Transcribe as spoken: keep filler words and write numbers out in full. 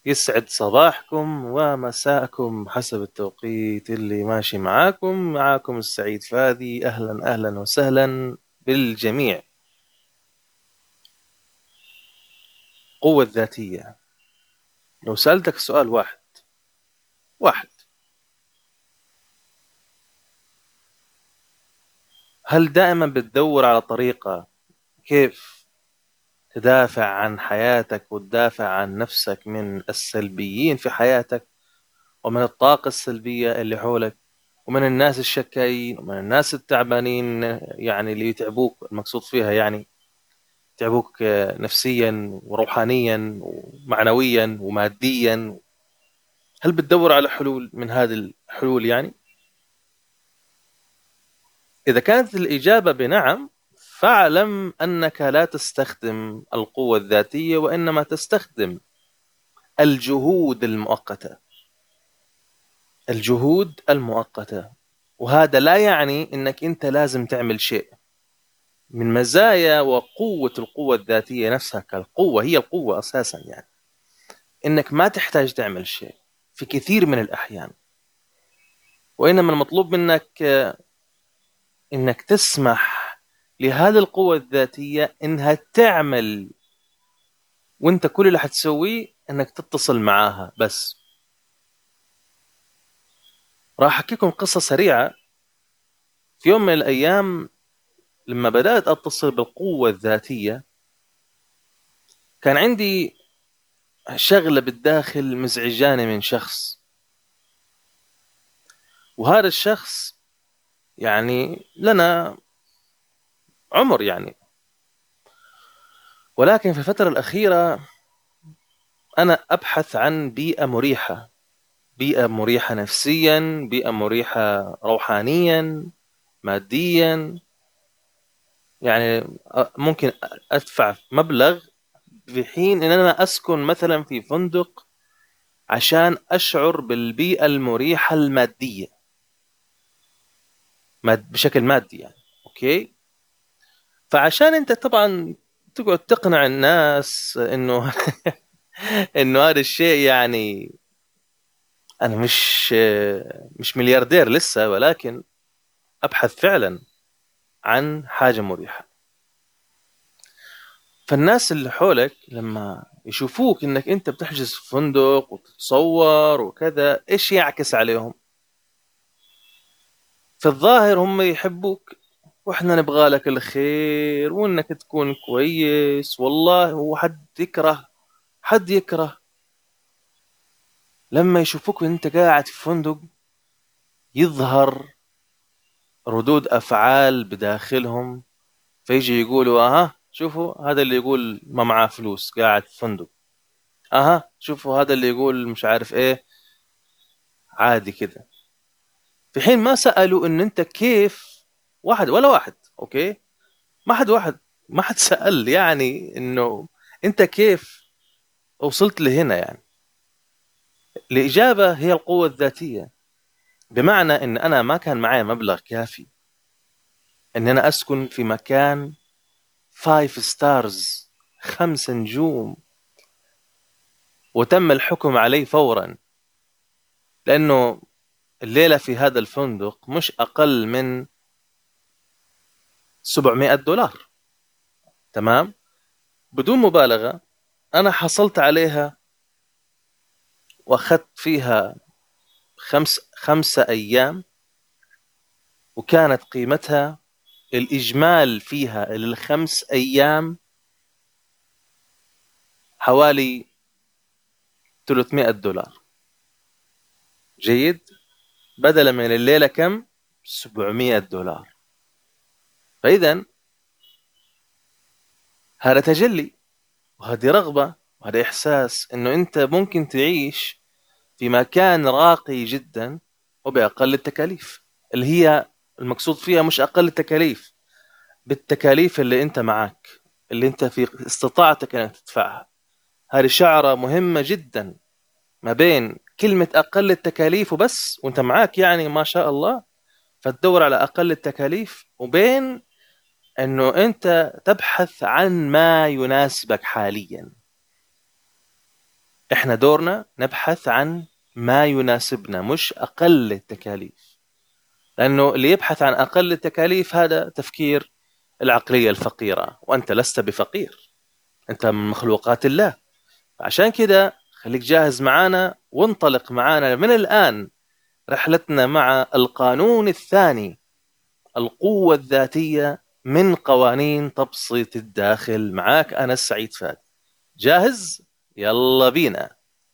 يسعد صباحكم ومساءكم حسب التوقيت اللي ماشي معاكم. معاكم السعيد فادي، أهلا أهلا وسهلا بالجميع. قوة ذاتية، لو سألتك سؤال واحد واحد هل دائما بتدور على طريقة كيف تدافع عن حياتك وتدافع عن نفسك من السلبيين في حياتك ومن الطاقة السلبية اللي حولك ومن الناس الشكايين ومن الناس التعبانين، يعني اللي يتعبوك، المقصود فيها يعني تعبوك نفسيا وروحانيا ومعنويا وماديا؟ هل بتدور على حلول من هذه الحلول؟ يعني إذا كانت الإجابة بنعم، فاعلم أنك لا تستخدم القوة الذاتية وإنما تستخدم الجهود المؤقتة. الجهود المؤقتة، وهذا لا يعني أنك أنت لازم تعمل شيء. من مزايا وقوة القوة الذاتية نفسها كالقوة، هي القوة أساسا، يعني إنك ما تحتاج تعمل شيء في كثير من الأحيان، وإنما المطلوب منك إنك تسمح لهذه القوة الذاتية إنها تعمل، وإنت كل اللي حتسويه إنك تتصل معاها بس. راح أحكيكم قصة سريعة. في يوم من الأيام لما بدأت أتصل بالقوة الذاتية، كان عندي شغلة بالداخل مزعجاني من شخص، وهذا الشخص يعني لنا عمر يعني، ولكن في الفترة الأخيرة أنا أبحث عن بيئة مريحة، بيئة مريحة نفسيا، بيئة مريحة روحانيا، ماديا. يعني ممكن أدفع مبلغ في حين أن أنا أسكن مثلا في فندق عشان أشعر بالبيئة المريحة المادية، ماد بشكل مادي يعني. أوكي، فعشان أنت طبعا تقعد تقنع الناس إنه إنه هذا الشيء، يعني أنا مش مش ملياردير لسه، ولكن أبحث فعلا عن حاجة مريحة. فالناس اللي حولك لما يشوفوك إنك أنت بتحجز في فندق وتتصور وكذا، إيش يعكس عليهم؟ في الظاهر هم يحبوك، وإحنا نبغى لك الخير وإنك تكون كويس. والله هو حد يكره، حد يكره لما يشوفوك وإنت قاعد في فندق يظهر ردود أفعال بداخلهم، فيجي يقولوا أها شوفوا هذا اللي يقول ما معاه فلوس قاعد في فندق، أها شوفوا هذا اللي يقول مش عارف إيه، عادي كده. في حين ما سألوا إن أنت كيف، واحد ولا واحد، أوكي، ما حد واحد ما حد سأل يعني إنه أنت كيف وصلت لهنا. يعني الإجابة هي القوة الذاتية، بمعنى إن أنا ما كان معي مبلغ كافي إن أنا أسكن في مكان فايف ستارز، خمس نجوم، وتم الحكم علي فورا، لأنه الليلة في هذا الفندق مش أقل من سبعمائة دولار. تمام، بدون مبالغة. أنا حصلت عليها وأخذت فيها خمس خمسة أيام، وكانت قيمتها الإجمال فيها للخمس أيام حوالي ثلاثمائة دولار. جيد، بدلا من الليلة كم؟ سبعمائة دولار. فإذا هذا تجلي، وهذه رغبة، وهذا إحساس إنه أنت ممكن تعيش في مكان راقي جدا وبأقل التكاليف، اللي هي المقصود فيها مش أقل التكاليف، بالتكاليف اللي أنت معك، اللي أنت في استطاعتك أن تدفعها. هذه شعرة مهمة جدا ما بين كلمة أقل التكاليف وبس وأنت معك يعني ما شاء الله فتدور على أقل التكاليف، وبين أنه أنت تبحث عن ما يناسبك حاليا. إحنا دورنا نبحث عن ما يناسبنا مش أقل التكاليف، لأنه اللي يبحث عن أقل التكاليف هذا تفكير العقلية الفقيرة، وأنت لست بفقير، أنت من مخلوقات الله. عشان كده خليك جاهز معانا وانطلق معانا من الآن رحلتنا مع القانون الثاني، القوة الذاتية من قوانين تبسيط الداخل. معاك أنا السعيد فادي. جاهز؟ يلا بينا.